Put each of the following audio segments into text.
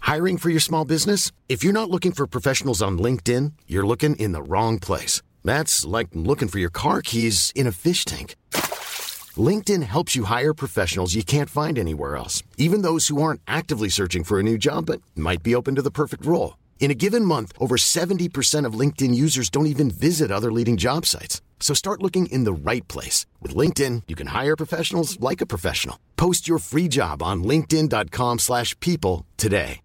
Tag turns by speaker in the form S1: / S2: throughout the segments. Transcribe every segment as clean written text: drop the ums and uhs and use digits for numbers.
S1: Hiring for your small business? If you're not looking for professionals on LinkedIn, you're looking in the wrong place. That's like looking for your car keys in a fish tank. LinkedIn helps you hire professionals you can't find anywhere else, even those who aren't actively searching for a new job but might be open to the perfect role. In a given month, over 70% of LinkedIn users don't even visit other leading job sites. So start looking in the right place. With LinkedIn, you can hire professionals like a professional. Post your free job on linkedin.com/people today.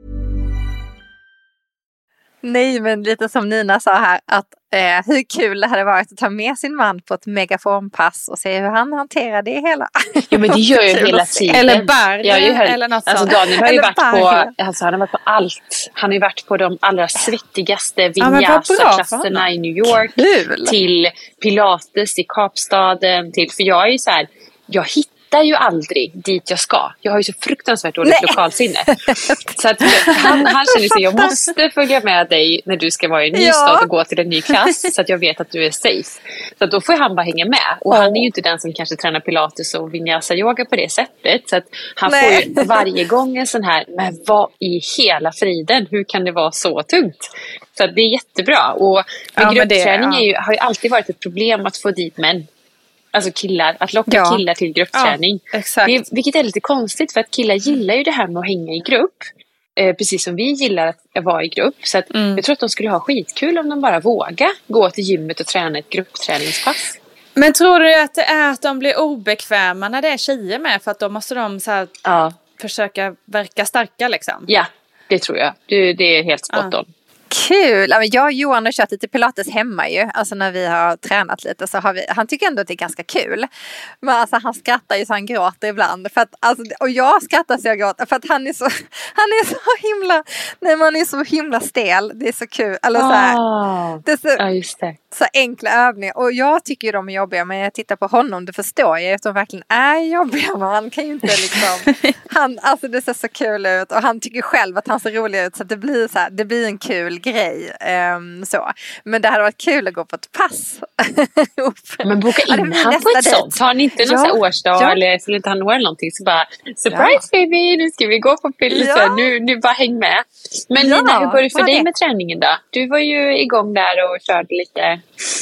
S2: Nej, men lite som Nina sa här, att hur kul det hade varit att ta med sin man på ett megaformpass och se hur han hanterar det hela.
S3: Jo, men det gör ju hela tiden.
S2: Eller Berg, eller något sånt.
S3: Alltså Daniel har ju varit på, alltså han har varit på allt. Han har ju varit på de allra svettigaste vinyasa-klasserna i New York.
S2: Kul.
S3: Till Pilates i Kapstaden. För jag är ju så här, jag hittar ju aldrig dit jag ska. Jag har ju så fruktansvärt dåligt lokalsinne. Så att han känner sig, jag måste följa med dig när du ska vara i en ny stad och gå till en ny klass så att jag vet att du är safe. Så att då får han bara hänga med. Och han är ju inte den som kanske tränar pilates och vinyasa-yoga på det sättet. Så att han får ju varje gång en sån här, men vad i hela friden, hur kan det vara så tungt? Så att det är jättebra. Och gruppträning har ju alltid varit ett problem att få dit män. Alltså killar, att locka killar till gruppträning.
S2: Exakt.
S3: Vilket är lite konstigt, för att killar gillar ju det här med att hänga i grupp. Precis som vi gillar att vara i grupp. Så att jag tror att de skulle ha skitkul om de bara vågar gå till gymmet och träna ett gruppträningspass. Men
S4: tror du att det är att de blir obekväma när det är tjejer med? För att då måste de så här försöka verka starka liksom?
S3: Ja, det tror jag. Det är helt spot on.
S2: Kul! Jag och Johan har kört lite pilates hemma ju. Alltså när vi har tränat lite så har han tycker ändå att det är ganska kul. Men alltså han skrattar ju så han gråter ibland. För att, alltså, och jag skrattar så jag gråter. För att han är så himla... Nej, man är så himla stel. Det är så kul. Eller så här, det är
S3: just det.
S2: Så enkla övningar. Och jag tycker ju de är jobbiga. Men jag tittar på honom, det förstår jag. Att de verkligen är jobbiga. Men han kan ju inte liksom... alltså det ser så kul ut. Och han tycker själv att han ser rolig ut. Så att det blir så här, det blir en kul grej. Så. Men det hade varit kul att gå på ett pass.
S3: Men boka in han på ett sånt. Har ni inte någon sån här årsdag eller skulle inte han år eller någonting, så bara surprise baby, nu ska vi gå på pilates. Nu bara häng med. Men Nina, hur går det för dig med träningen då? Du var ju igång där och körde lite.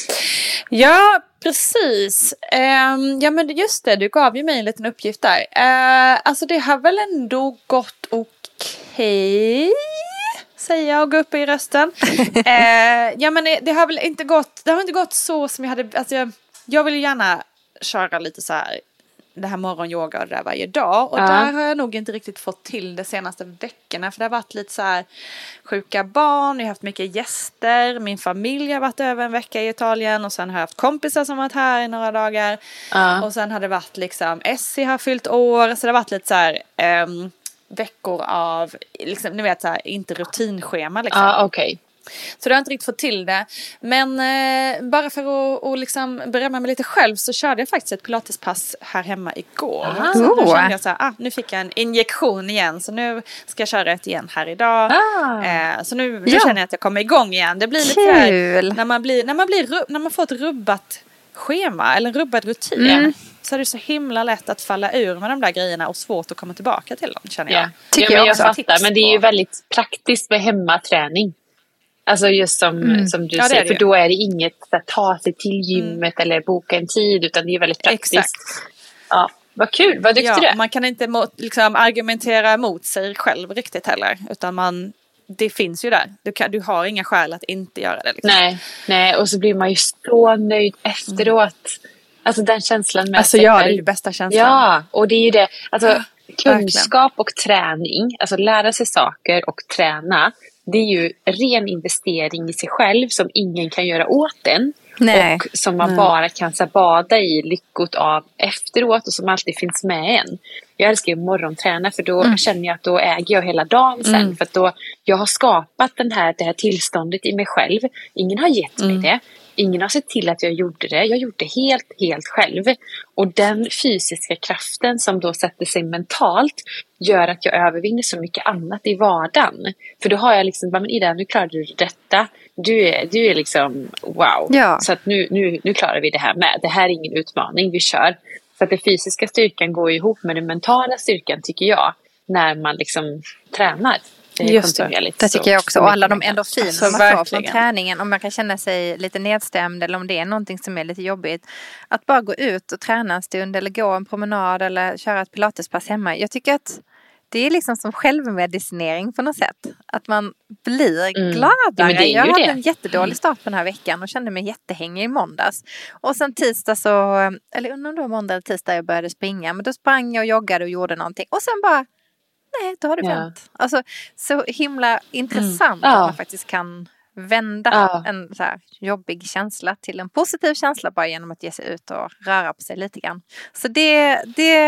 S4: Ja, precis. Ja, men just det, du gav ju mig en liten uppgift där. Alltså det har väl ändå gått okej, säger jag och går upp i rösten. Ja, men det har väl inte gått så som jag hade. Alltså jag vill ju gärna köra lite så här, det här morgonyoga och det där varje dag. Och där har jag nog inte riktigt fått till de senaste veckorna. För det har varit lite så här sjuka barn. Jag har haft mycket gäster. Min familj har varit över en vecka i Italien. Och sen har jag haft kompisar som har varit här i några dagar. Och sen har det varit liksom, Essie har fyllt år. Så det har varit lite så här veckor av, liksom, ni vet så här, inte rutinschema liksom.
S3: Okej.
S4: Så du har inte riktigt fått till det. Men bara för att liksom berömma mig lite själv, så körde jag faktiskt ett pilatespass här hemma igår. Så nu kände jag så här, nu fick jag en injektion igen. Så nu ska jag köra ett igen här idag. Så nu känner jag att jag kommer igång igen. Det blir lite så här, när man får ett rubbat schema eller en rubbad rutin. Så är det så himla lätt att falla ur med de där grejerna och svårt att komma tillbaka till dem, känner jag.
S3: Tycker jag fattar, men det är ju väldigt praktiskt med hemmaträning. Alltså just som du säger, för då är det inget att ta sig till gymmet eller boka en tid, utan det är väldigt praktiskt. Exakt. Ja, vad kul, vad duktig du är.
S4: Man kan inte liksom argumentera mot sig själv riktigt heller, utan det finns ju där. Du har inga skäl att inte göra det. Liksom.
S3: Nej, och så blir man ju så nöjd efteråt. Alltså den känslan med
S4: alltså det är ju bästa känslan.
S3: Ja, och det är ju det. Alltså kunskap och träning, alltså lära sig saker och träna, det är ju ren investering i sig själv som ingen kan göra åt den. Nej. Och som man bara kan så bada i lyckot av efteråt och som alltid finns med en. Jag älskar ju morgonträna, för då känner jag att då äger jag hela dagen sen. För att då jag har skapat det här tillståndet i mig själv. Ingen har gett mig det. Ingen har sett till att jag gjorde det. Jag gjorde det helt själv. Och den fysiska kraften som då sätter sig mentalt gör att jag övervinner så mycket annat i vardagen. För då har jag liksom, men Ida, nu klarar du detta. Du är liksom, wow. Ja. Så att nu klarar vi det här med. Det här är ingen utmaning, vi kör. Så att den fysiska styrkan går ihop med den mentala styrkan, tycker jag, när man liksom tränar. kontinuerligt.
S2: Det tycker jag också. Och alla de endorfiner
S4: alltså,
S2: man får från träningen. Om man kan känna sig lite nedstämd eller om det är någonting som är lite jobbigt. Att bara gå ut och träna en stund eller gå en promenad eller köra ett pilatespass hemma. Jag tycker att det är liksom som självmedicinering på något sätt. Att man blir gladare. Jag hade en jättedålig start på den här veckan och kände mig jättehängig i måndags. Och sen tisdag så, eller under måndag eller tisdag jag började springa. Men då sprang jag och joggade och gjorde någonting. Och sen bara, nej, då har det vänt. Alltså så himla intressant att man faktiskt kan vända en så här jobbig känsla till en positiv känsla bara genom att ge sig ut och röra på sig lite grann. Så det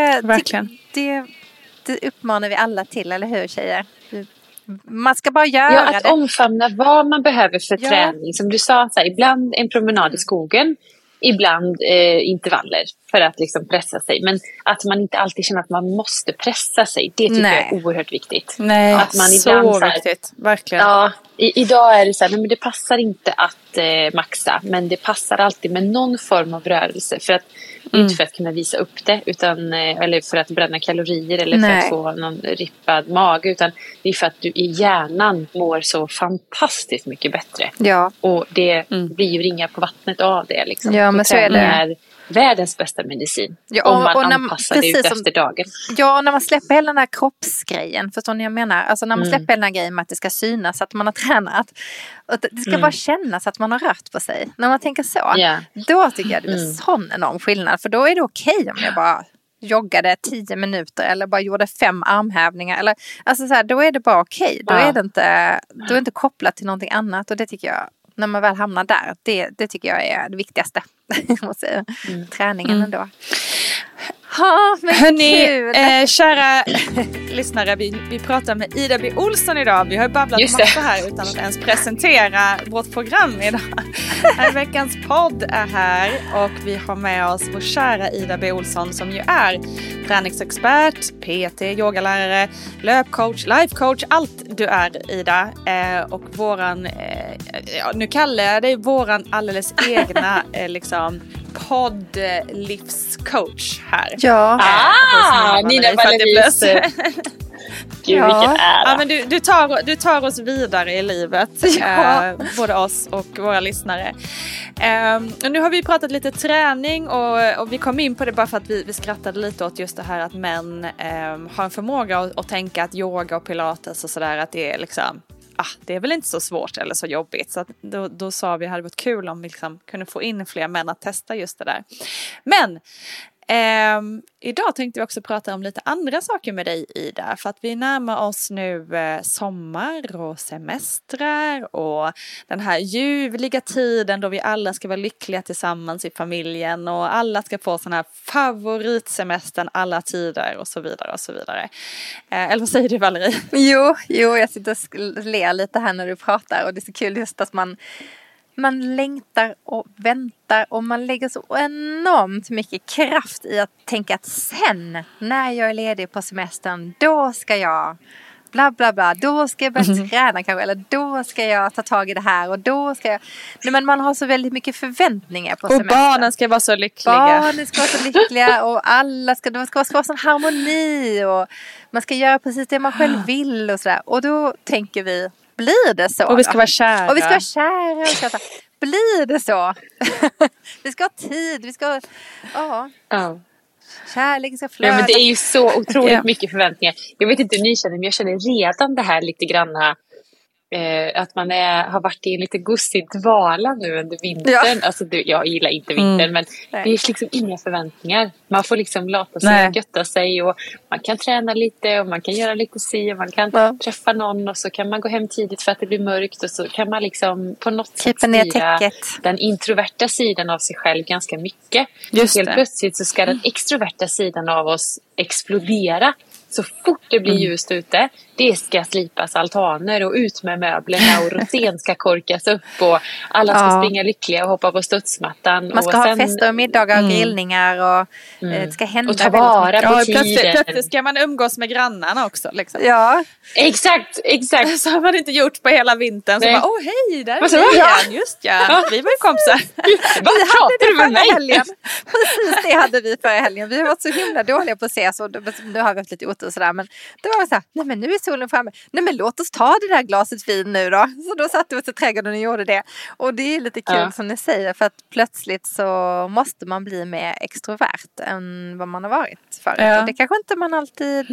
S2: uppmanar vi alla till, eller hur tjejer? Man ska bara göra det.
S3: Att omfamna vad man behöver för träning. Som du sa, så här, ibland en promenad i skogen, ibland intervaller för att liksom pressa sig. Men att man inte alltid känner att man måste pressa sig, det tycker jag är oerhört viktigt.
S4: Nej,
S3: att man
S4: så
S3: ibland, så här,
S4: viktigt, verkligen.
S3: Ja, idag är det så här, men det passar inte att maxa, men det passar alltid med någon form av rörelse. För att inte för att kunna visa upp det, utan, eller för att bränna kalorier eller för att få någon rippad mage, utan det är för att du i hjärnan mår så fantastiskt mycket bättre. Ja. Och det blir ju ringar på vattnet av det. Liksom.
S2: Ja, men så är det.
S3: Är världens bästa medicin. Ja, om man anpassar det ut efter dagen.
S2: Ja, när man släpper hela den här kroppsgrejen, förstår ni vad jag menar? Alltså när man släpper hela den här grejen med att det ska synas att man har tränat. Och det ska bara kännas att man har rört på sig. När man tänker så, då tycker jag det blir sån enorm skillnad. För då är det okej om jag bara joggade 10 minuter eller bara gjorde 5 armhävningar. Eller, alltså så här, då är det bara okej. Då är det inte kopplat till någonting annat. Och det tycker jag, när man väl hamnar där, det tycker jag är det viktigaste. Träningen ändå. Ja, men
S4: hörni, kära lyssnare, vi pratar med Ida B. Olsson idag. Vi har ju babblat massa här utan att ens presentera vårt program idag. Veckans podd är här och vi har med oss vår kära Ida B. Olsson som ju är träningsexpert, PT, yogalärare, löpcoach, lifecoach, allt du är, Ida. Och våran, nu kallar jag dig våran alldeles egna liksom poddlivscoach här.
S2: Ja.
S3: Nina Walleris. Gud, vilken ära.
S4: Ja, men du tar oss vidare i livet. Både oss och våra lyssnare. Och nu har vi pratat lite träning och vi kom in på det bara för att vi skrattade lite åt just det här att män har en förmåga att tänka att yoga och pilates och sådär, att det är liksom det är väl inte så svårt eller så jobbigt. Så att då sa vi att det hade varit kul om vi liksom kunde få in fler män att testa just det där. Men idag tänkte vi också prata om lite andra saker med dig, Ida. För att vi närmar oss nu sommar och semestrar och den här ljuvliga tiden då vi alla ska vara lyckliga tillsammans i familjen och alla ska få sån här favoritsemestern alla tider och så vidare och så vidare. Eller vad säger du, Valerie?
S2: Jo, jag sitter och ler lite här när du pratar och det är så kul just att man längtar och väntar och man lägger så enormt mycket kraft i att tänka att sen när jag är ledig på semestern, då ska jag bla bla bla, då ska jag börja träna kanske, eller då ska jag ta tag i det här och då ska jag... Nej, men man har så väldigt mycket förväntningar på semestern.
S4: Och barnen ska vara så lyckliga.
S2: Barnen ska vara så lyckliga och alla ska vara sån harmoni och man ska göra precis det man själv vill och sådär. Och då tänker vi, blir det så?
S4: Och vi ska vara kära.
S2: Och vi ska vara kära. Blir det så? Vi ska ha tid. Vi ska... Kärleken ska flöda.
S3: Ja, men det är ju så otroligt mycket förväntningar. Jag vet inte hur ni känner, men jag känner redan det här lite granna... att man har varit i en lite gussig dvala nu under vintern. Alltså, jag gillar inte vintern, men det är liksom inga förväntningar. Man får liksom lata sig och götta sig och man kan träna lite och man kan göra lite si och man kan träffa någon och så kan man gå hem tidigt för att det blir mörkt och så kan man liksom på något sätt styra den introverta sidan av sig själv ganska mycket. Helt plötsligt så ska den extroverta sidan av oss explodera. Så fort det blir ljust ute, det ska slipas altaner och ut med möblerna och rosen ska korkas upp och alla ska springa lyckliga och hoppa på studsmattan.
S2: Man ska ha fester och middagar och grillningar och det ska hända.
S3: Och ta vara på tiden.
S4: Plötsligt ska man umgås med grannarna också. Liksom.
S2: Ja,
S3: exakt.
S4: Så har man inte gjort på hela vintern. Så bara, hej, där är vi igen. Just vi var ju kompisar.
S3: Vad pratar du med mig?
S2: Precis det hade vi förra helgen. Vi har varit så himla dåliga på att ses och nu har vi haft lite otur ute och sådär. Men det var så här, nej men nu är solen framme. Nej men låt oss ta det där glaset vin nu då. Så då satt vi oss i trädgården och gjorde det. Och det är lite kul som ni säger, för att plötsligt så måste man bli mer extrovert än vad man har varit förut. Ja. Och det kanske inte man alltid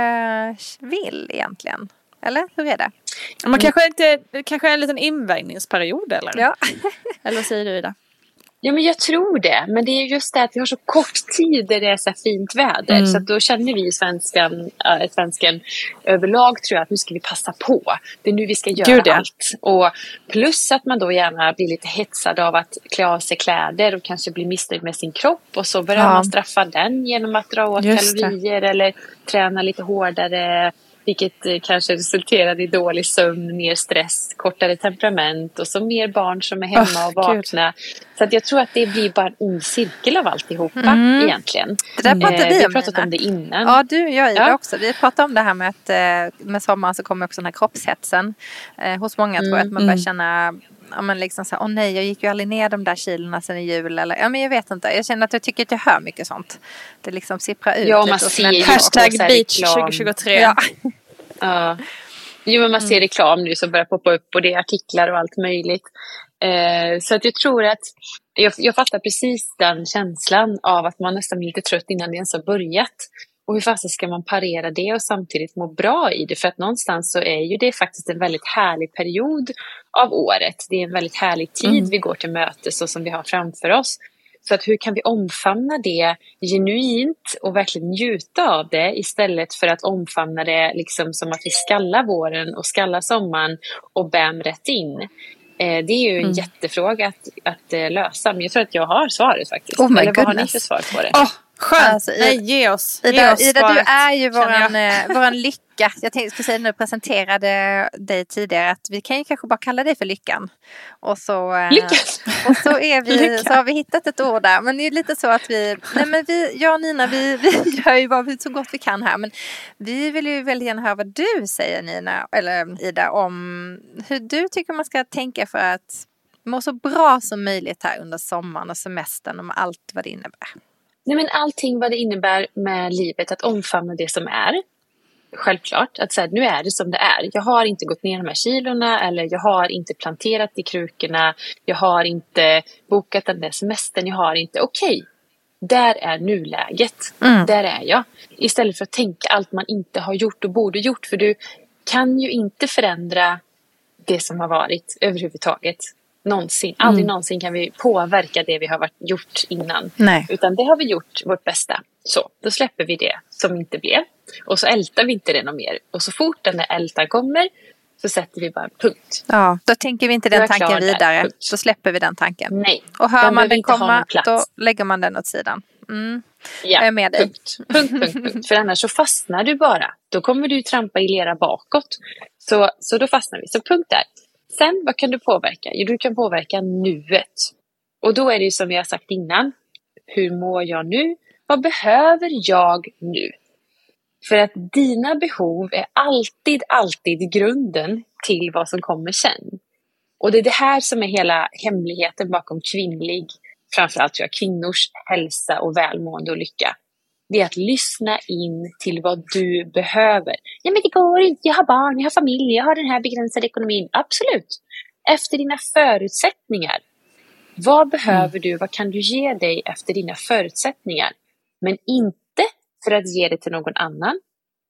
S2: vill egentligen. Eller hur är det?
S4: Man kanske är en liten invägningsperiod eller? Ja. Eller vad säger du, Ida?
S3: Ja, men jag tror det. Men det är just det att vi har så kort tid där det är så fint väder. Så att då känner vi svensken överlag, tror jag, att nu ska vi passa på. Det är nu vi ska göra allt. Och plus att man då gärna blir lite hetsad av att klä av sig kläder och kanske blir missnöjd med sin kropp. Och så börjar man straffa den genom att dra åt kalorier eller träna lite hårdare. Vilket kanske resulterar i dålig sömn, mer stress, kortare temperament och så mer barn som är hemma och vakna. Gud. Så att jag tror att det blir bara en cirkel av alltihopa egentligen.
S2: Det där pratade
S3: vi har pratat om det innan.
S2: Ja, jag Ida också. Vi pratade om det här med att med sommaren så kommer också den här kroppshetsen hos många, tror jag, att man börjar känna... Ja, men liksom så här, nej, jag gick ju aldrig ner de där kilorna sen i jul. Eller, ja, men jag vet inte. Jag känner att jag tycker att jag hör mycket sånt. Det liksom sipprar ut.
S3: Ja, man ser ju
S4: hashtag beach 2023. Ja.
S3: Ja. Jo, men man ser reklam nu som börjar poppa upp och det är artiklar och allt möjligt. Så att jag tror att jag fattar precis den känslan av att man nästan blir lite trött innan det ens har börjat. Och hur fast ska man parera det och samtidigt må bra i det? För att någonstans så är ju det faktiskt en väldigt härlig period av året. Det är en väldigt härlig tid vi går till möte så som vi har framför oss. Så att hur kan vi omfamna det genuint och verkligen njuta av det istället för att omfamna det liksom som att vi skallar våren och skallar sommaren och bam rätt in. Det är ju en jättefråga att lösa, men jag tror att jag har svaret faktiskt. Eller vad har ni för svar på det?
S4: Skönt. Alltså, ge oss
S2: Ida, du är ju våran lycka. Jag skulle säga nu, presenterade dig tidigare att vi kan ju kanske bara kalla dig för Lyckan. Och så är vi, så har vi hittat ett ord där. Men det är lite så att jag och Nina, vi gör ju bara så gott vi kan här. Men vi vill ju väldigt gärna höra vad du säger, Nina, eller Ida, om hur du tycker man ska tänka för att må så bra som möjligt här under sommaren och semestern, om allt vad det innebär.
S3: Nej, men allting vad det innebär med livet, att omfamna det som är. Självklart, att säga nu är det som det är. Jag har inte gått ner de här kilorna, eller jag har inte planterat i krukorna. Jag har inte bokat den där semestern. Jag har inte, okej. Där är nuläget. Där är jag. Istället för att tänka allt man inte har gjort och borde gjort. För du kan ju inte förändra det som har varit överhuvudtaget. Någonsin. Aldrig någonsin kan vi påverka det vi har gjort innan.
S2: Nej.
S3: Utan det har vi gjort vårt bästa. Så, då släpper vi det som inte blev. Och så ältar vi inte det något mer. Och så fort den där ältan kommer så sätter vi bara en punkt.
S2: Ja, då tänker vi inte den tanken vidare. Där, då släpper vi den tanken.
S3: Nej.
S2: Och hör man den komma, då lägger man den åt sidan.
S3: Ja,
S2: jag är med dig.
S3: Punkt. För annars så fastnar du bara. Då kommer du trampa i lera bakåt. Så då fastnar vi. Så punkt där. Sen, vad kan du påverka? Jo, du kan påverka nuet. Och då är det ju som jag har sagt innan. Hur mår jag nu? Vad behöver jag nu? För att dina behov är alltid grunden till vad som kommer sen. Och det är det här som är hela hemligheten bakom framförallt tror jag, kvinnors hälsa och välmående och lycka. Det är att lyssna in till vad du behöver. Ja, men det går inte. Jag har barn, jag har familj, jag har den här begränsade ekonomin. Absolut. Efter dina förutsättningar. Vad behöver du? Vad kan du ge dig efter dina förutsättningar? Men inte för att ge det till någon annan.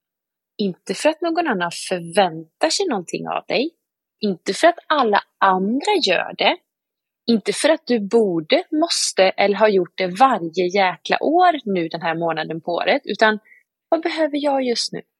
S3: Inte för att någon annan förväntar sig någonting av dig. Inte för att alla andra gör det. Inte för att du borde, måste eller har gjort det varje jäkla år nu den här månaden på året. Utan vad behöver jag just nu?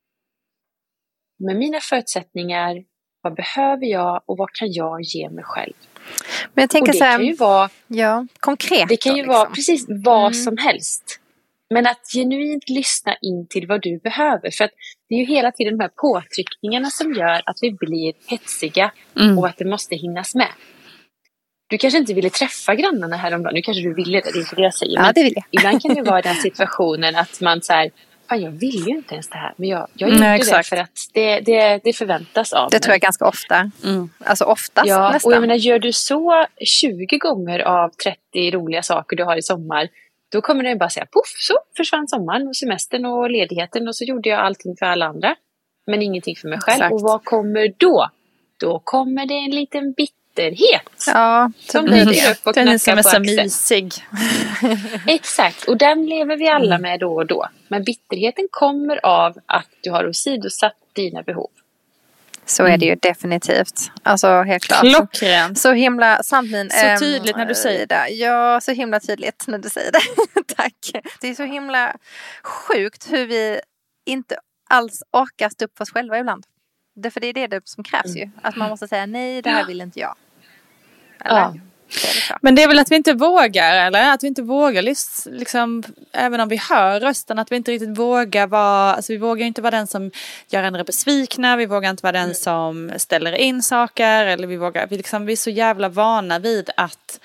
S3: Med mina förutsättningar, vad behöver jag och vad kan jag ge mig själv?
S2: Men jag tänker
S3: och det kan ju vara
S2: konkret.
S3: Det kan ju vara precis vad som helst. Men att genuint lyssna in till vad du behöver. För att det är ju hela tiden de här påtryckningarna som gör att vi blir hetsiga och att det måste hinnas med. Du kanske inte ville träffa grannarna häromdagen. Nu kanske du ville det, det är inte det jag säger.
S2: Ja, det vill jag.
S3: Ibland kan det vara den situationen att man så här, fan jag vill ju inte ens det här. Men jag gjorde det för att det förväntas av mig.
S2: Det tror jag ganska ofta. Alltså oftast nästan.
S3: Och jag menar, gör du så 20 gånger av 30 roliga saker du har i sommar. Då kommer den bara säga poff, så försvann sommaren och semestern och ledigheten och så gjorde jag allting för alla andra. Men ingenting för mig själv.
S2: Exakt.
S3: Och vad kommer då? Då kommer det en liten bitterhet.
S2: Ja,
S3: som dyker upp och
S4: den är som är
S3: på
S4: så
S3: axeln.
S4: mysig.
S3: Exakt, och den lever vi alla med då och då. Men bitterheten kommer av att du har åsidosatt dina behov.
S2: Så är det ju definitivt. Alltså helt klart.
S4: Klockrent.
S2: Så himla sant min.
S4: Så tydligt när du säger
S2: det. Ja, så himla tydligt när du säger det. Tack. Det är så himla sjukt hur vi inte alls orkar stå upp för oss själva ibland. För det är det som krävs ju. Att man måste säga nej, det här vill inte jag. Eller?
S3: Ja.
S4: Men det är väl att vi inte vågar, eller? Att vi inte vågar liksom, även om vi hör rösten, att vi inte riktigt vågar vara, alltså vi vågar inte vara den som gör andra besvikna, vi vågar inte vara den som ställer in saker, eller vi är så jävla vana vid att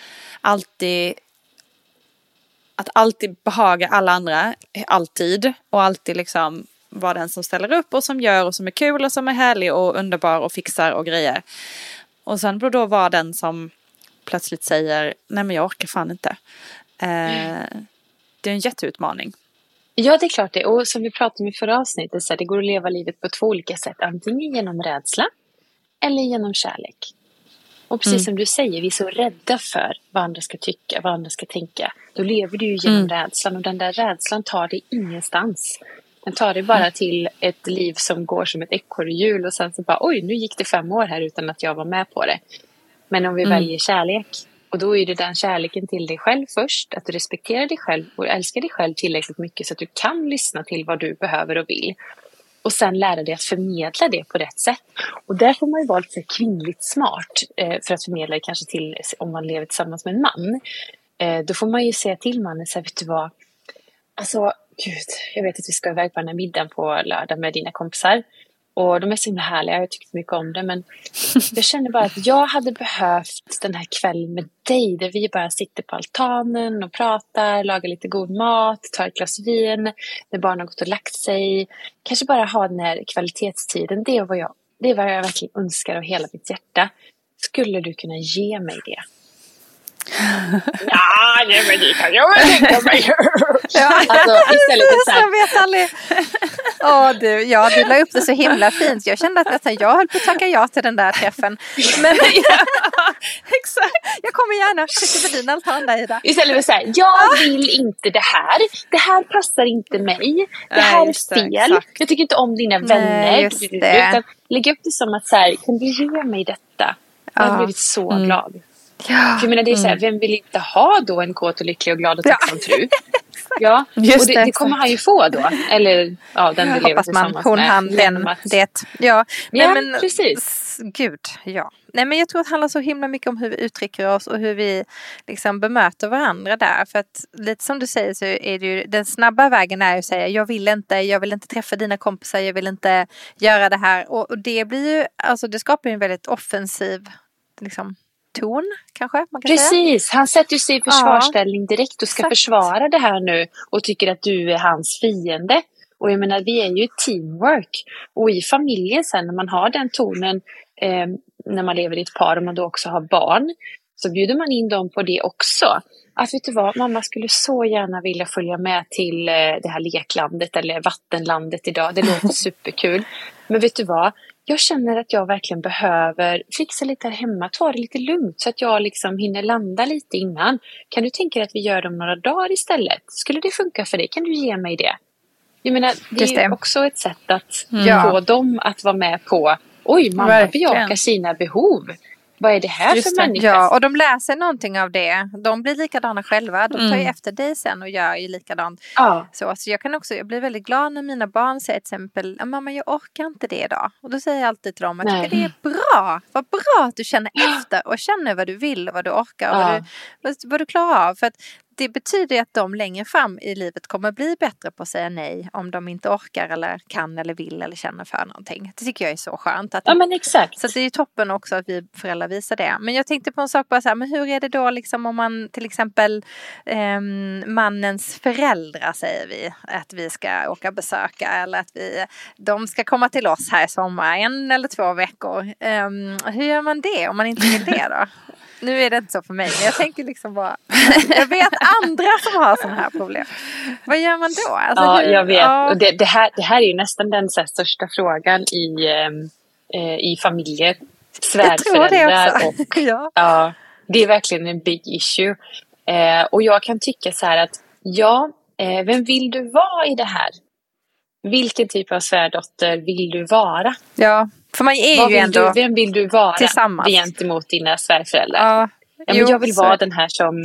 S4: alltid behaga alla andra, alltid, och alltid liksom vara den som ställer upp och som gör och som är kul och som är härlig och underbar och fixar och grejer. Och sen då vara den som plötsligt säger, nej men jag orkar fan inte. Det är en jätteutmaning.
S3: Ja, det är klart det. Och som vi pratade om i förra avsnittet, så det går att leva livet på 2 olika sätt. Antingen genom rädsla eller genom kärlek. Och precis som du säger, vi är så rädda för vad andra ska tycka, vad andra ska tänka. Då lever du ju genom rädslan, och den där rädslan tar dig ingenstans. Den tar dig bara till ett liv som går som ett ekorrhjul, och sen så bara, oj, nu gick det 5 år här utan att jag var med på det. Men om vi väljer kärlek, och då är det den kärleken till dig själv först, att du respekterar dig själv och älskar dig själv tillräckligt mycket så att du kan lyssna till vad du behöver och vill. Och sen lära dig att förmedla det på rätt sätt. Och där får man ju vara lite kvinnligt smart för att förmedla det kanske till, om man lever tillsammans med en man. Då får man ju säga till mannen, så här, vet du vad? Alltså, gud, jag vet att vi ska iväg på den här middagen på lördag med dina kompisar. Och de är så himla härliga, jag tyckte mycket om det. Men jag känner bara att jag hade behövt den här kvällen med dig. Där vi bara sitter på altanen och pratar, lagar lite god mat, tar ett glas vin. När barnen har gått och lagt sig. Kanske bara ha den här kvalitetstiden. Det är vad jag verkligen önskar av hela mitt hjärta. Skulle du kunna ge mig det? Ja, nej, men det kan jag väl tänka mig. Alltså, istället för så här.
S2: Jag vet aldrig. Du la upp det så himla fint. Jag kände att jag höll på att tacka ja till den där träffen. Men exakt. Jag kommer gärna sitta på din altan där, Ida.
S3: Istället för så här, jag vill inte det här. Det här passar inte mig. Det här är fel. Jag tycker inte om dina vänner. Utan lägg upp det som att så här, kan du ge mig detta? Jag har blivit så glad.
S2: Ja.
S3: För jag menar, det är så här, vem vill inte ha då en kåt och lycklig och glad och tacksam fru? Ja,
S2: just
S3: och det kommer han ju få då. Eller ja, den vill leva tillsammans med.
S2: Ja,
S3: men precis.
S2: Gud, ja. Nej, men jag tror att det handlar så himla mycket om hur vi uttrycker oss och hur vi liksom bemöter varandra där. För att lite som du säger så är det ju, den snabba vägen är att säga jag vill inte träffa dina kompisar, jag vill inte göra det här. Och det blir ju, alltså det skapar ju en väldigt offensiv liksom ton, kanske man kan
S3: Precis,
S2: säga.
S3: Han sätter sig i försvarsställning direkt och ska försvara det här nu och tycker att du är hans fiende. Och jag menar, vi är ju ett teamwork. Och i familjen sen, när man har den tonen, när man lever i ett par och man då också har barn, så bjuder man in dem på det också. Att vet du vad, mamma skulle så gärna vilja följa med till det här leklandet eller vattenlandet idag. Det låter superkul. Men vet du vad? Jag känner att jag verkligen behöver fixa lite här hemma, ta det lite lugnt så att jag liksom hinner landa lite innan. Kan du tänka dig att vi gör det om några dagar istället? Skulle det funka för dig? Kan du ge mig det? Jag menar, det är ju också ett sätt att få dem att vara med på, oj, mamma bejakar sina behov. Vad är det här för människa?
S2: Ja, och de läser någonting av det. De blir likadana själva. De tar ju efter dig sen och gör ju likadant.
S3: Ja.
S2: Så jag blir väldigt glad när mina barn säger till exempel, mamma, jag orkar inte det idag. Och då säger jag alltid till dem, jag tycker det är bra. Vad bra att du känner efter och känner vad du vill och vad du orkar och vad du klarar av. För att det betyder att de längre fram i livet kommer bli bättre på att säga nej om de inte orkar eller kan eller vill eller känner för någonting. Det tycker jag är så skönt.
S3: Ja, men exakt.
S2: Så det är ju toppen också att vi föräldrar visar det. Men jag tänkte på en sak bara så här, men hur är det då liksom om man till exempel mannens föräldrar säger vi att vi ska åka besöka eller att de ska komma till oss här i sommar 1 eller 2 veckor. Hur gör man det om man inte vill det då? Nu är det inte så för mig, men jag tänker liksom bara, jag vet andra som har sådana här problem. Vad gör man då? Alltså,
S3: ja, jag vet. Ja. Och det här är ju nästan den så här, största frågan i familjer. Svärföräldrar och ja, det är verkligen en big issue. Och jag kan tycka så här att vem vill du vara i det här? Vilken typ av svärdotter vill du vara?
S2: Ja, för man är ju ändå
S3: vem vill du vara
S2: tillsammans
S3: gentemot dina svärföräldrar? Men jag vill vara den här som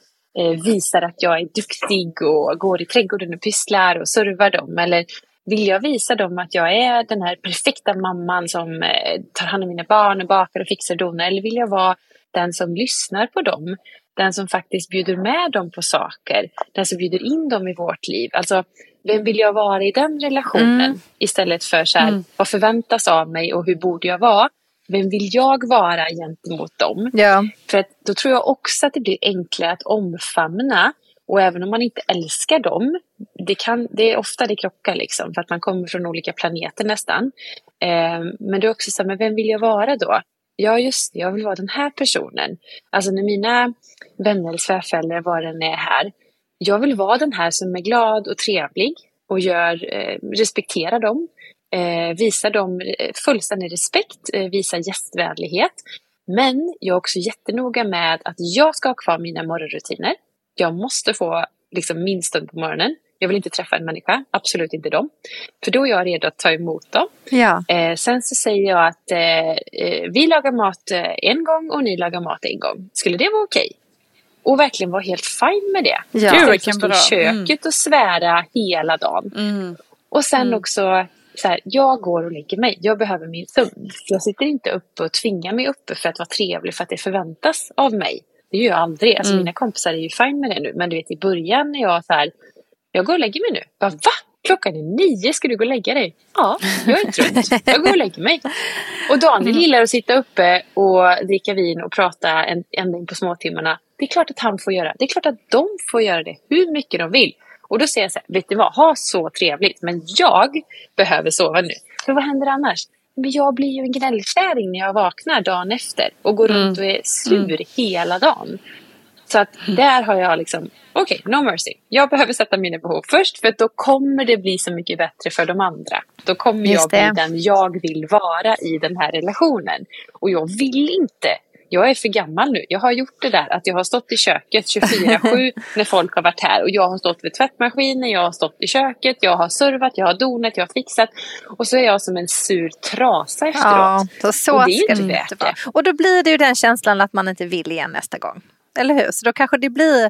S3: visar att jag är duktig och går i trädgården och pysslar och servar dem. Eller vill jag visa dem att jag är den här perfekta mamman som tar hand om mina barn och bakar och fixar donar? Eller vill jag vara den som lyssnar på dem? Den som faktiskt bjuder med dem på saker. Den som bjuder in dem i vårt liv. Alltså, vem vill jag vara i den relationen? Istället för så här, vad förväntas av mig och hur borde jag vara? Vem vill jag vara gentemot dem?
S2: Ja.
S3: För att då tror jag också att det blir enklare att omfamna. Och även om man inte älskar dem, det är ofta det krockar liksom, för att man kommer från olika planeter nästan. Men det är också så här, men vem vill jag vara då? Ja just det, jag vill vara den här personen. Alltså när mina vänner, svärföräldrar, vad den är här. Jag vill vara den här som är glad och trevlig och respekterar dem. Visar dem fullständig respekt, visar gästvänlighet. Men jag är också jättenoga med att jag ska ha kvar mina morgonrutiner. Jag måste få liksom min stund på morgonen. Jag vill inte träffa en människa, absolut inte dem. För då är jag redo att ta emot dem.
S2: Ja.
S3: Sen så säger jag att vi lagar mat en gång och ni lagar mat en gång. Skulle det vara okej? Och verkligen vara helt fine med det.
S2: Ja.
S3: Jag kan stå i köket och svära hela dagen. Och sen också så här, jag går och lägger mig. Jag behöver min sömn. Jag sitter inte uppe och tvingar mig uppe för att vara trevlig, för att det förväntas av mig. Det gör jag aldrig. Alltså mina kompisar är ju fine med det nu. Men du vet, i början när jag så här, jag går och lägger mig nu. Bara, va? Klockan är 9, ska du gå och lägga dig? Ja, jag är trött. Jag går och lägger mig. Och Daniel gillar att sitta uppe och dricka vin och prata ända in på småtimmarna. Det är klart att han får göra. Det är klart att de får göra det hur mycket de vill. Och då säger jag så här, vet du vad? Ha så trevligt. Men jag behöver sova nu. För vad händer annars? Men jag blir ju en gnällkärring när jag vaknar dagen efter. Och går runt och är sur hela dagen. Så att där har jag liksom, okej, no mercy. Jag behöver sätta mina behov först, för att då kommer det bli så mycket bättre för de andra. Då kommer jag bli den jag vill vara i den här relationen. Och jag vill inte. Jag är för gammal nu. Jag har gjort det där att jag har stått i köket 24/7 när folk har varit här. Och jag har stått vid tvättmaskinen, jag har stått i köket, jag har servat, jag har donat, jag har fixat. Och så är jag som en sur trasa efteråt.
S2: Ja, så och det är inte värt det. Och då blir det ju den känslan att man inte vill igen nästa gång. Eller hur? Så då kanske det blir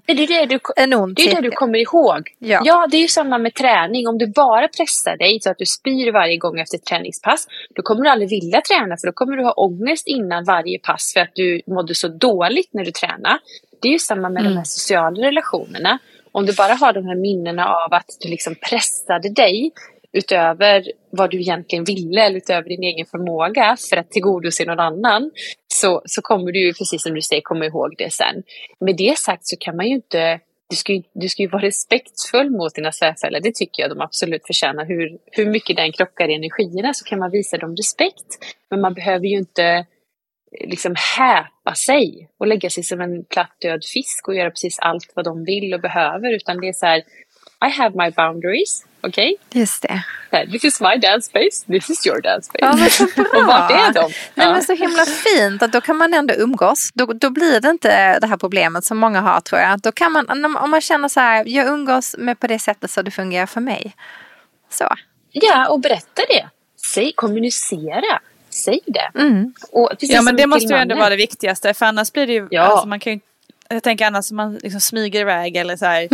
S2: en ond
S3: cirkel. Det är det du kommer ihåg. Ja, det är ju samma med träning. Om du bara pressar dig så att du spyr varje gång efter ett träningspass, då kommer du aldrig vilja träna, för då kommer du ha ångest innan varje pass för att du mådde så dåligt när du tränar. Det är ju samma med de här sociala relationerna. Om du bara har de här minnena av att du liksom pressade dig utöver vad du egentligen ville eller utöver din egen förmåga för att tillgodose någon annan, så kommer du ju, precis som du säger, komma ihåg det sen. Med det sagt så kan man ju inte, du ska ju vara respektfull mot dina svärföräldrar. Det tycker jag de absolut förtjänar. Hur mycket den krockar i energierna, så kan man visa dem respekt. Men man behöver ju inte liksom häpa sig och lägga sig som en platt död fisk och göra precis allt vad de vill och behöver, utan det är så här, I have my boundaries, okej?
S2: Just det.
S3: This is my dance space, this is your dance space.
S2: Ja, men så bra.
S3: Och vart är de?
S2: Nej, men så himla fint att då kan man ändå umgås. Då blir det inte det här problemet som många har, tror jag. Då kan man, om man känner så här, jag umgås med på det sättet så det fungerar för mig. Så.
S3: Ja, och berätta det. Kommunicera. Säg det.
S4: Och ja, men det måste ju ändå vara det viktigaste. För annars blir det ju, alltså man kan ju, jag tänker annars man liksom smyger iväg eller så här,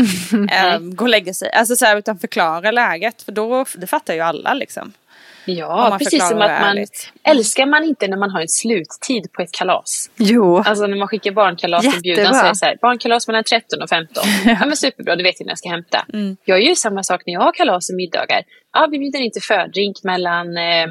S4: gå och lägga sig. Alltså så här, utan förklara läget. För då, det fattar ju alla liksom.
S3: Ja, precis som att älskar man inte när man har en sluttid på ett kalas.
S2: Jo.
S3: Alltså när man skickar barnkalas och bjudan, så är det så här, barnkalas mellan 13 och 15. Ja, men superbra, du vet ju när jag ska hämta. Jag gör ju samma sak när jag har kalas och middagar. Ja, vi bjuder inte fördrink mellan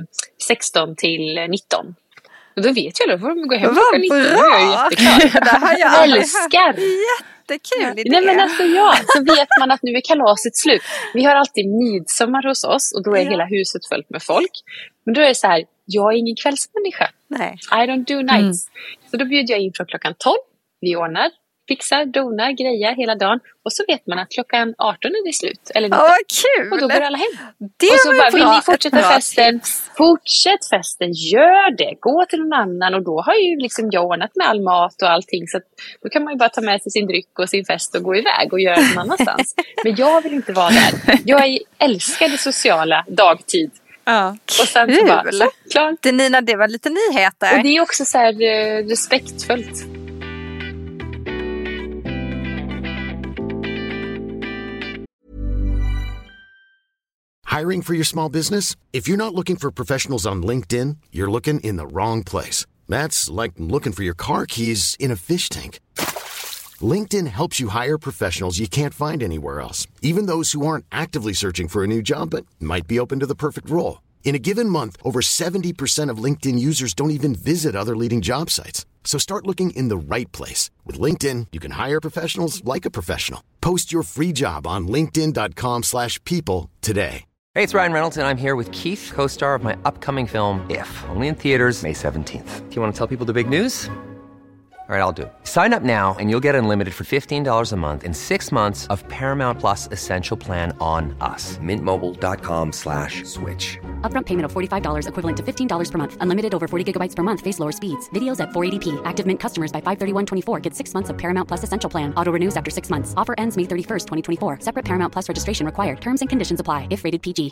S3: 16 till 19. Och då vet jag, då får de gå hem klockan 19. Det är jätteklart.
S2: Det har jag
S3: älskar.
S2: Jättekul idé.
S3: Nej, men alltså så vet man att nu är kalaset slut. Vi har alltid midsommar hos oss och då är hela huset fullt med folk. Men då är det så här, jag är ingen kvällsmänniska.
S2: Nej.
S3: I don't do nights. Så då bjuder jag in från klockan 12. Vi ordnar, fixar, donar, grejer hela dagen. Och så vet man att klockan 18 är det slut. Eller
S2: kul!
S3: Och då går alla hem.
S2: Det
S3: och så bara,
S2: bra.
S3: vill ni fortsätta festen? Fortsätt festen, gör det. Gå till någon annan. Och då har ju liksom jag ordnat med all mat och allting. Så att då kan man ju bara ta med sig sin dryck och sin fest och gå iväg och göra det någon annanstans. Men jag vill inte vara där. Jag älskar det sociala dagtid.
S4: Ja.
S3: Och sen så bara, så, klart.
S2: Det, Nina, det var lite nyheter.
S3: Och det är också så här respektfullt.
S1: Hiring for your small business? If you're not looking for professionals on LinkedIn, you're looking in the wrong place. That's like looking for your car keys in a fish tank. LinkedIn helps you hire professionals you can't find anywhere else, even those who aren't actively searching for a new job but might be open to the perfect role. In a given month, over 70% of LinkedIn users don't even visit other leading job sites. So start looking in the right place. With LinkedIn, you can hire professionals like a professional. Post your free job on linkedin.com/people today.
S5: Hey, it's Ryan Reynolds, and I'm here with Keith, co-star of my upcoming film, If, only in theaters May 17th. Do you want to tell people the big news? All right, I'll do it. Sign up now and you'll get unlimited for $15 a month and 6 months of Paramount Plus Essential Plan on us. MintMobile.com/switch.
S6: Upfront payment of $45 equivalent to $15 per month. Unlimited over 40 gigabytes per month. Face lower speeds. Videos at 480p. Active Mint customers by 531.24 get 6 months of Paramount Plus Essential Plan. Auto renews after 6 months. Offer ends May 31st, 2024. Separate Paramount Plus registration required. Terms and conditions apply if rated PG.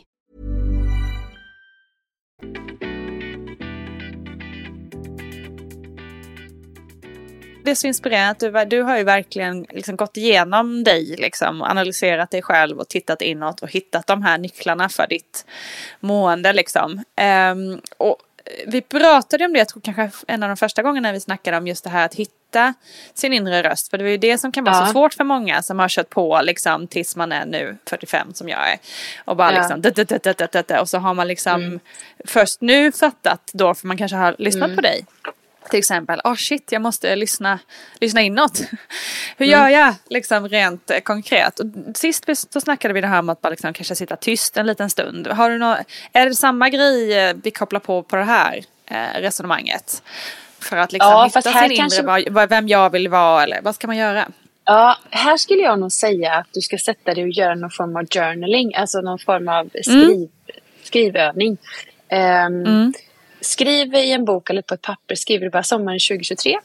S4: Det är så inspirerande att du har ju verkligen liksom gått igenom dig liksom, och analyserat dig själv och tittat inåt och hittat de här nycklarna för ditt mående liksom. Och vi pratade om det, jag tror kanske en av de första gångerna vi snackade om just det här att hitta sin inre röst, för det är ju det som kan vara så svårt för många som har kört på liksom tills man är nu 45 som jag är och bara liksom och så har man liksom först nu fattat då, för man kanske har lyssnat på dig till exempel, shit, jag måste lyssna inåt. Hur gör jag liksom rent konkret? Och sist så snackade vi det här om att bara liksom kanske sitta tyst en liten stund. Har du är det samma grej vi kopplar på det här resonemanget? För att liksom hitta sin inre, vem jag vill vara, eller vad ska man göra?
S3: Ja, här skulle jag nog säga att du ska sätta dig och göra någon form av journaling, alltså någon form av skrivövning. Skriv i en bok eller på ett papper, skriver du bara sommaren 2023.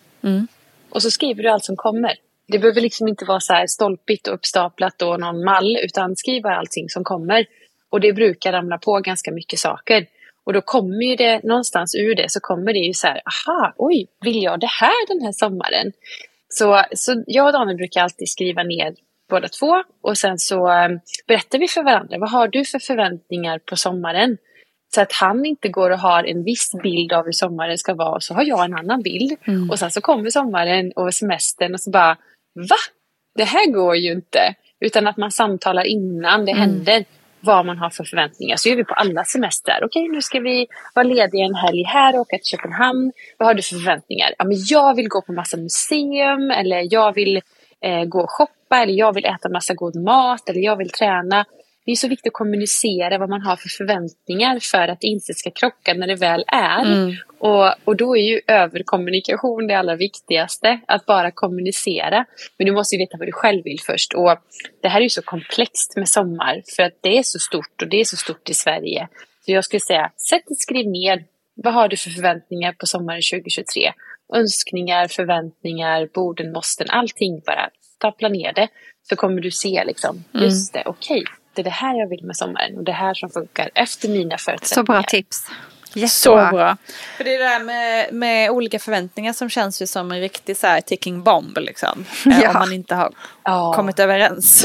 S3: Och så skriver du allt som kommer. Det behöver liksom inte vara så här stolpigt och uppstaplat och någon mall, utan skriv bara allting som kommer. Och det brukar ramla på ganska mycket saker. Och då kommer ju det någonstans ur det, så kommer det ju så här, vill jag det här den här sommaren? Så jag och Daniel brukar alltid skriva ner båda två. Och sen så berättar vi för varandra, vad har du för förväntningar på sommaren? Så att han inte går och har en viss bild av hur sommaren ska vara. Så har jag en annan bild. Och sen så kommer sommaren och semestern och så bara, va? Det här går ju inte. Utan att man samtalar innan det händer vad man har för förväntningar. Så gör vi på alla semestrar. Okej, nu ska vi vara lediga en helg här och åka till Köpenhamn. Vad har du för förväntningar? Ja, men jag vill gå på massa museum. Eller jag vill gå och shoppa. Eller jag vill äta massa god mat. Eller jag vill träna. Det är så viktigt att kommunicera vad man har för förväntningar för att det inte ska krocka när det väl är. Och då är ju överkommunikation det allra viktigaste. Att bara kommunicera. Men du måste ju veta vad du själv vill först. Och det här är ju så komplext med sommar. För att det är så stort och det är så stort i Sverige. Så jag skulle säga, skriv ner. Vad har du för förväntningar på sommaren 2023? Önskningar, förväntningar, borden, måsten. Allting bara. Stapla ner det. Så kommer du se liksom, just det, okej. Det är det här jag vill med sommaren. Och det här som funkar efter mina förutsättningar.
S2: Så bra tips. Jättebra.
S4: Så bra. För det är det där med olika förväntningar som känns ju som en riktig så här ticking bomb liksom. Om man inte har kommit överens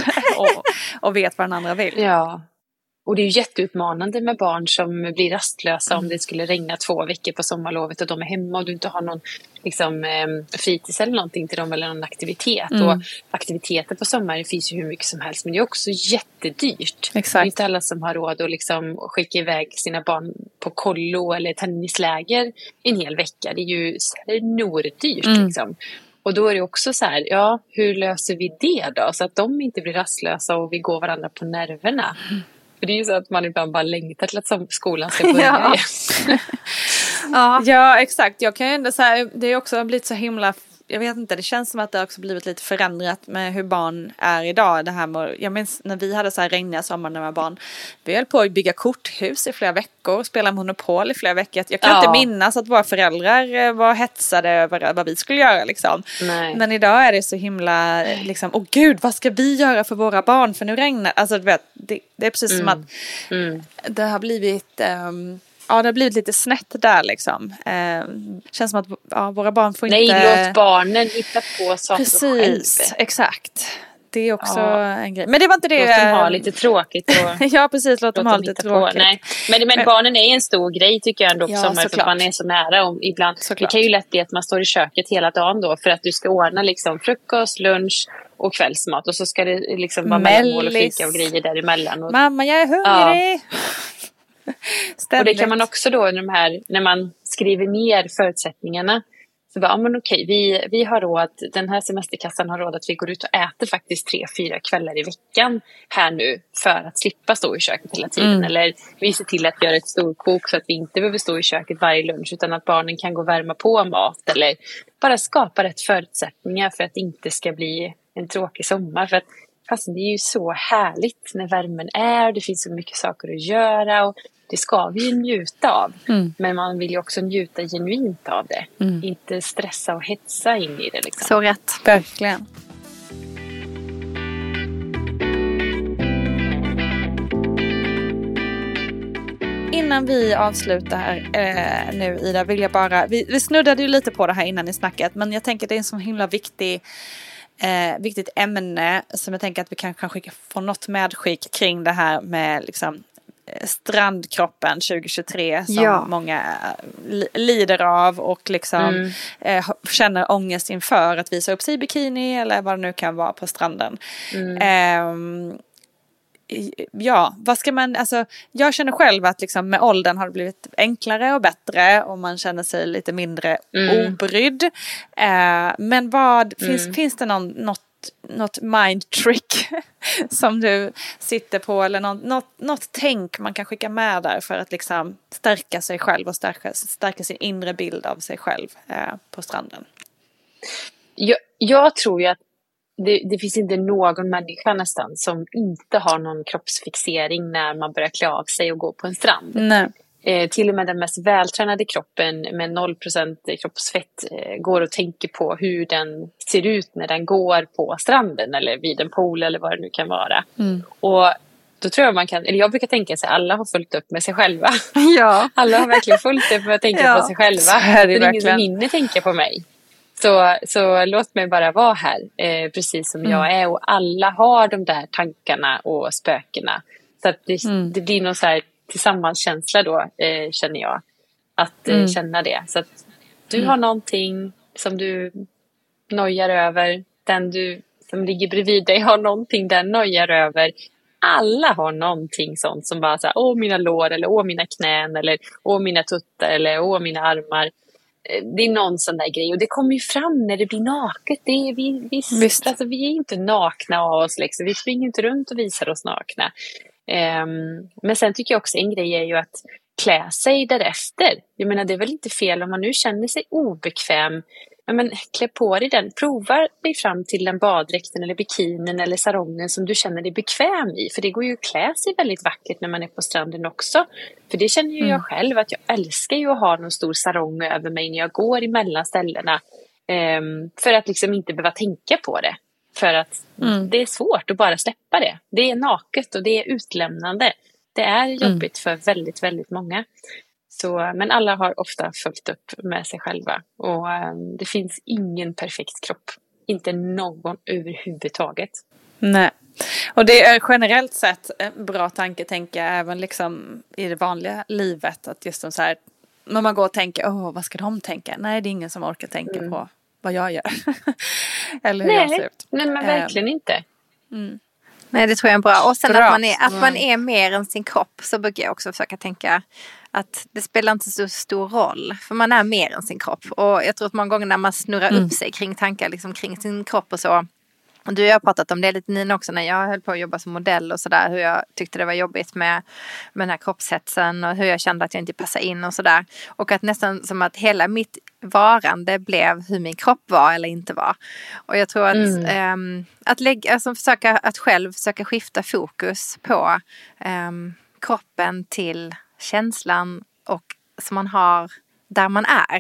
S4: och vet vad den andra vill.
S3: Ja. Och det är ju jätteutmanande med barn som blir rastlösa om det skulle regna 2 veckor på sommarlovet och de är hemma och du inte har någon liksom, fritids eller någonting till dem eller någon aktivitet. Och aktiviteter på sommaren finns ju hur mycket som helst, men det är också jättedyrt.
S4: Exakt.
S3: Det är inte alla som har råd att liksom skicka iväg sina barn på kollo eller tennisläger en hel vecka. Det är ju nordyrt liksom. Och då är det också så här, hur löser vi det då? Så att de inte blir rastlösa och vi går varandra på nerverna. För det är ju så att man ibland bara längtar till att skolan ska börja.
S4: Ja, exakt. Jag kan ju ändå säga, det är också blivit så himla, jag vet inte, det känns som att det också blivit lite förändrat med hur barn är idag. Det här med, jag minns när vi hade så här regniga sommar när vi var barn. Vi höll på att bygga korthus i flera veckor och spela Monopol i flera veckor. Jag kan inte minnas att våra föräldrar var hetsade över vad vi skulle göra liksom.
S3: Nej.
S4: Men idag är det så himla liksom, åh gud, vad ska vi göra för våra barn? För nu regnar, alltså du vet, det är precis som att det har blivit... Ja, det har blivit lite snett där liksom. Känns som att våra barn får inte...
S3: Nej, låt barnen hitta på saker själv.
S4: Precis, exakt. Det är också en grej. Men det var inte det...
S3: Låt dem ha lite tråkigt. Och
S4: ja, precis. Låt dem ha lite tråkigt.
S3: Nej. Men barnen är en stor grej tycker jag ändå på sommaren. För att man är så nära. Och ibland, det kan ju lätt bli att man står i köket hela dagen då. För att du ska ordna liksom frukost, lunch och kvällsmat. Och så ska det liksom vara mellanmål och fika och grejer däremellan. Och...
S4: Mamma, jag är hungrig! Ja.
S3: Och det kan man också då när man skriver ner förutsättningarna. Så bara, men okej, vi har råd, den här semesterkassan har råd att vi går ut och äter faktiskt 3-4 kvällar i veckan här nu för att slippa stå i köket hela tiden. Eller vi ser till att göra ett storkok så att vi inte behöver stå i köket varje lunch utan att barnen kan gå och värma på mat. Eller bara skapa rätt förutsättningar för att det inte ska bli en tråkig sommar. För att fast det är ju så härligt när värmen är, det finns så mycket saker att göra och det ska vi ju njuta av. Men man vill ju också njuta genuint av det. Inte stressa och hetsa in i det. Liksom.
S2: Så rätt.
S4: Verkligen. Innan vi avslutar nu Ida vill jag bara... Vi snuddade ju lite på det här innan i snacket. Men jag tänker att det är en så himla viktigt ämne som jag tänker att vi kan kanske få något medskick kring det här med liksom strandkroppen 2023 som många lider av och liksom känner ångest inför att visa upp sig i bikini eller vad det nu kan vara på stranden. Vad ska man, alltså jag känner själv att liksom med åldern har det blivit enklare och bättre och man känner sig lite mindre obrydd. Men finns det något mind trick som du sitter på eller något tänk man kan skicka med där för att liksom stärka sig själv och stärka sin inre bild av sig själv på stranden?
S3: Jag tror ju att det finns inte någon människa nästan som inte har någon kroppsfixering när man börjar klä av sig och gå på en strand.
S4: Nej.
S3: Till och med den mest vältränade kroppen med 0% kroppsfett går och tänker på hur den ser ut när den går på stranden eller vid en pool eller vad det nu kan vara. Och då tror jag jag brukar tänka sig alla har fullt upp med sig själva.
S2: Ja.
S3: Alla har verkligen fullt upp med att tänka på sig själva.
S4: Så är det
S3: ingen som hinner tänka på mig. Så låt mig bara vara här precis som jag är. Och alla har de där tankarna och spökena. Så att det blir någon så här tillsammanskänsla då, känner jag. Att känna det. Så att du har någonting som du nojar över. Den som ligger bredvid dig har någonting den nojar över. Alla har någonting sånt som bara så här, åh mina lår eller åh mina knän eller åh mina tuttar eller åh mina armar. Det är någon sån där grej och det kommer ju fram när det blir naket. Det är visst. Alltså, vi är inte nakna av oss liksom. Vi springer inte runt och visar oss nakna. Men sen tycker jag också en grej är ju att klä sig därefter. Jag menar det är väl inte fel om man nu känner sig obekväm. Men klä på dig den. Prova dig fram till den baddräkten eller bikinin eller sarongen som du känner dig bekväm i. För det går ju att klä sig väldigt vackert när man är på stranden också. För det känner ju jag själv att jag älskar ju att ha någon stor sarong över mig när jag går emellan ställena. För att liksom inte behöva tänka på det. För att det är svårt att bara släppa det. Det är naket och det är utlämnande. Det är jobbigt för väldigt, väldigt många. Men alla har ofta följt upp med sig själva. Och det finns ingen perfekt kropp. Inte någon överhuvudtaget. Nej.
S4: Och det är generellt sett en bra tanke, tänker jag, även liksom i det vanliga livet. Att just så här, när man går och tänker, vad ska de tänka? Nej, det är ingen som orkar tänka på vad jag gör. Eller hur jag ser ut.
S3: Nej, men verkligen inte.
S2: Nej, det tror jag är bra. Och sen att man är mer än sin kropp, så brukar jag också försöka tänka att det spelar inte så stor roll. För man är mer än sin kropp. Och jag tror att många gånger när man snurrar upp sig kring tankar liksom kring sin kropp och så, Du och jag har pratat om det lite, Nina, också när jag höll på att jobba som modell och sådär. Hur jag tyckte det var jobbigt med den här kroppshetsen och hur jag kände att jag inte passade in och sådär. Och att nästan som att hela mitt varande blev hur min kropp var eller inte var. Och jag tror att försöka att själv försöka skifta fokus på kroppen till känslan och som man har där man är.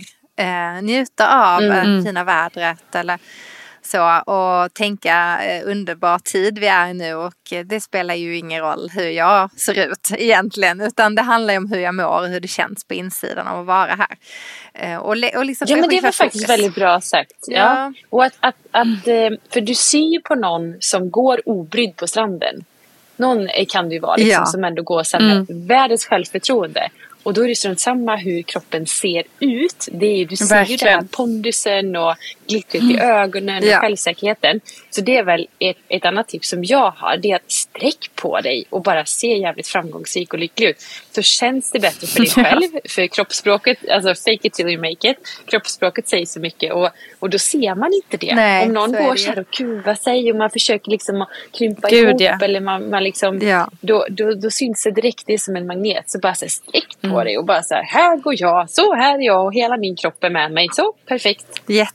S2: Njuta av fina vädret eller så, och tänka underbar tid vi är nu, och det spelar ju ingen roll hur jag ser ut egentligen, utan det handlar ju om hur jag mår och hur det känns på insidan av att vara här. Och liksom
S3: men det var faktiskt väldigt bra sagt. Ja. Och att för du ser ju på någon som går obrydd på stranden. Någon kan det ju vara liksom, som ändå går så med världens självförtroende. Och då är det strunt samma hur kroppen ser ut. Det är, du ser ju den här pondusen och glittret i ögonen och självsäkerheten. Så det är väl ett annat tips som jag har. Det är att sträck på dig och bara se jävligt framgångsrik och lycklig ut. Så känns det bättre för dig själv. För kroppsspråket, alltså fake it till you make it. Kroppsspråket säger så mycket. Och då ser man inte det.
S2: Nej,
S3: om någon går så här och kuvar sig och man försöker liksom att krympa ihop. Eller man liksom, då syns det direkt, det är som en magnet. Så bara så här, sträck på dig och bara så här går jag, så här är jag och hela min kropp är med mig. Så, perfekt.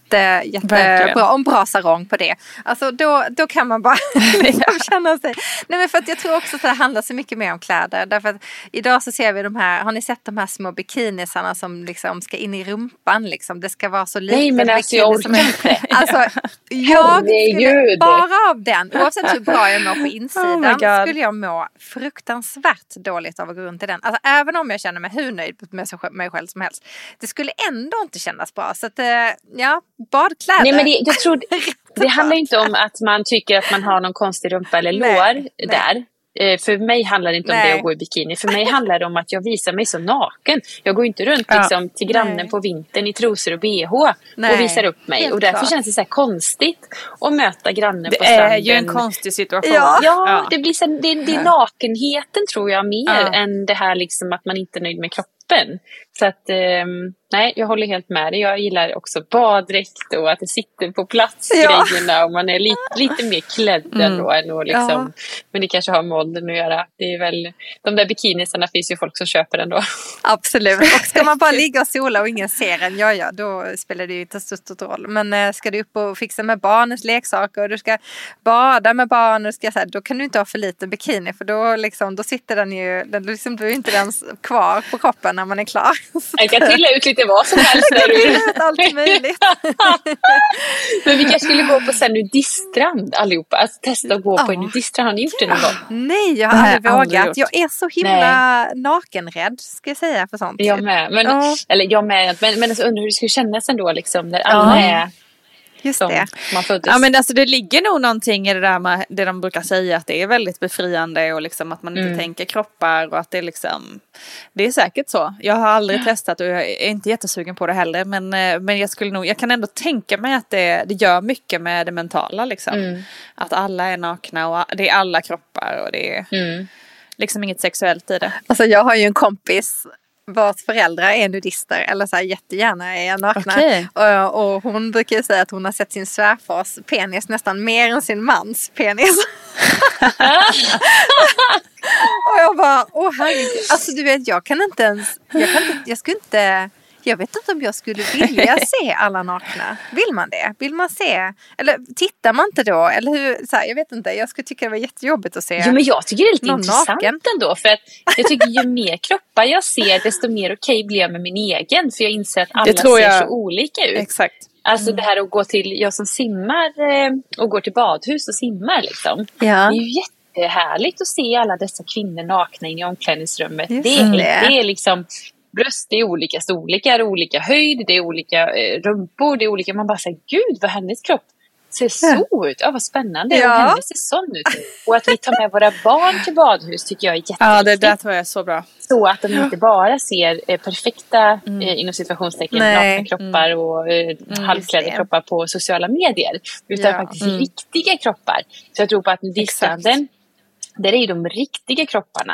S2: Jättebra, om bra sarong på det. Alltså då kan man bara känna sig. Nej, men för att jag tror också att det handlar så mycket mer om kläder. Därför att idag så ser vi de här, har ni sett de här små bikinisarna som liksom ska in i rumpan liksom. Det ska vara så lite.
S3: Nej, men alltså jag orkar inte.
S2: Alltså, jag skulle bara av den, oavsett hur bra jag mår på insidan, skulle jag må fruktansvärt dåligt av att gå runt i den. Alltså även om jag känner mig hur nöjd med mig själv som helst. Det skulle ändå inte kännas bra. Så att, badkläder.
S3: Nej, men jag tror det handlar inte om att man tycker att man har någon konstig rumpa eller lår där. För mig handlar det inte om det att gå i bikini. För mig handlar det om att jag visar mig så naken. Jag går inte runt liksom, till grannen på vintern i trosor och bh och visar upp mig.
S2: Helt
S3: och därför känns det så här konstigt att möta grannen på stranden.
S4: Det är ju en konstig situation.
S3: Ja. Det blir så här, det är nakenheten tror jag mer än det här liksom, att man inte är nöjd med kroppen. Så att nej, jag håller helt med dig. Jag gillar också baddräkt och att det sitter på plats grejerna och man är lite mer klädd ändå än och liksom, men det kanske har med åldern att göra. Det är väl, de där bikinisarna finns ju folk som köper ändå.
S2: Absolut. Och ska man bara ligga och sola och ingen ser en, då spelar det ju inte så stor roll. Men ska du upp och fixa med barnens leksaker och du ska bada med barn och då kan du inte ha för lite bikini, för då sitter den ju, då är inte den kvar på kroppen när man är klar.
S3: Jag kan trilla ut lite vad som helst där du.
S2: Allt möjligt.
S3: Men vi kanske skulle gå på nudiststrand allihopa. Alltså testa att gå på en nudiststrand. Har ni gjort det någon gång?
S2: Nej, jag har aldrig vågat. Jag är så himla nakenrädd, ska jag säga, för sånt.
S3: Jag med. Men alltså, undrar hur det skulle kännas ändå liksom, när alla är
S2: just det.
S3: Man föddes.
S4: Ja, men alltså det ligger nog någonting i det där med det de brukar säga, att det är väldigt befriande och liksom att man inte tänker kroppar, och att det liksom, det är säkert så. Jag har aldrig testat och jag är inte jättesugen på det heller, men jag kan ändå tänka mig att det gör mycket med det mentala liksom. Att alla är nakna och det är alla kroppar och det är liksom inget sexuellt i det.
S2: Alltså jag har ju en kompis vars föräldrar är nudister, eller så här, jättegärna är nakna.
S4: Okay.
S2: Och hon brukar ju säga att hon har sett sin svärfars penis nästan mer än sin mans penis. Och jag bara, herregud. Alltså du vet, jag vet inte om jag skulle vilja se alla nakna. Vill man det? Vill man se? Eller tittar man inte då? Eller hur? Så här, jag vet inte. Jag skulle tycka det var jättejobbigt att se.
S3: Jo, men jag tycker det är lite intressant
S2: naken
S3: ändå. För att jag tycker ju mer kroppar jag ser, desto mer okej blir jag med min egen. För jag inser att alla ser så olika ut.
S4: Exakt.
S3: Alltså det här att gå till, jag som simmar och går till badhus och simmar liksom. Ja. Det är ju jättehärligt att se alla dessa kvinnor nakna in i omklädningsrummet. Det är liksom... Bröst, det är olika storlekar, olika höjd, det är olika rumpor, det är olika, man bara säger, gud vad hennes kropp ser så ut, vad spännande, och hennes ser sån ut. Och att vi tar med våra barn till badhus tycker jag är jätteviktigt.
S4: Ja, det där tror jag är så bra.
S3: Så att de inte bara ser perfekta, inom situationstecken, nakna kroppar och halvklädda kroppar på sociala medier, utan faktiskt riktiga kroppar. Så jag tror på att nudiststranden, där är de riktiga kropparna.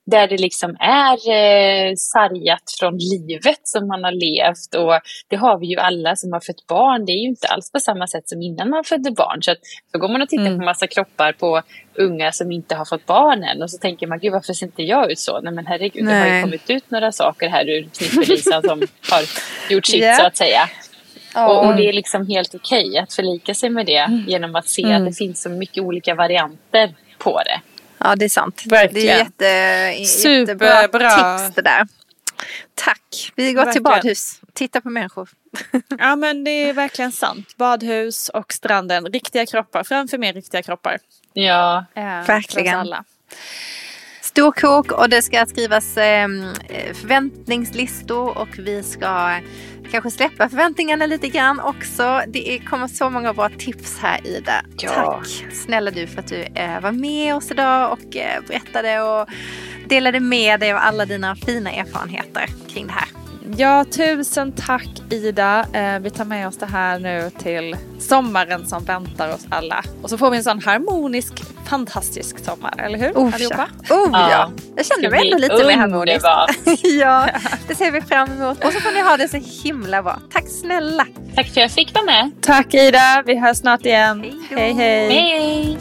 S3: där det liksom är sargat från livet som man har levt. Och det har vi ju alla som har fött barn. Det är ju inte alls på samma sätt som innan man födde barn. Så går man och tittar på massa kroppar på unga som inte har fått barn än. Och så tänker man, gud varför ser inte jag ut så? Nej men herregud, det har ju kommit ut några saker här ur knippelisan som har gjort sitt så att säga. Och det är liksom helt okej att förlika sig med det genom att se att det finns så mycket olika varianter på det.
S2: Ja, det är sant.
S4: Verkligen.
S2: Det är jättebra tips det där. Tack. Vi går till badhus. Titta på människor.
S4: Ja, men det är verkligen sant. Badhus och stranden. Riktiga kroppar. Framför mer riktiga kroppar.
S3: Ja,
S2: verkligen.
S4: Alla.
S2: Storkok och det ska skrivas förväntningslistor och vi ska kanske släppa förväntningarna lite grann också. Det kommer så många bra tips här, Ida. Ja. Tack snälla du för att du var med oss idag och berättade och delade med dig av alla dina fina erfarenheter kring det här.
S4: Ja, tusen tack Ida. Vi tar med oss det här nu till sommaren som väntar oss alla. Och så får vi en sån harmonisk, fantastisk sommar, eller hur? Allihopa?
S2: Ja. Jag känner mig ändå lite mer harmonisk. Ja, det ser vi fram emot. Och så får ni ha det så himla bra. Tack snälla.
S3: Tack för att jag fick vara med.
S4: Tack Ida, vi hörs snart igen.
S2: Hej.
S3: Hej.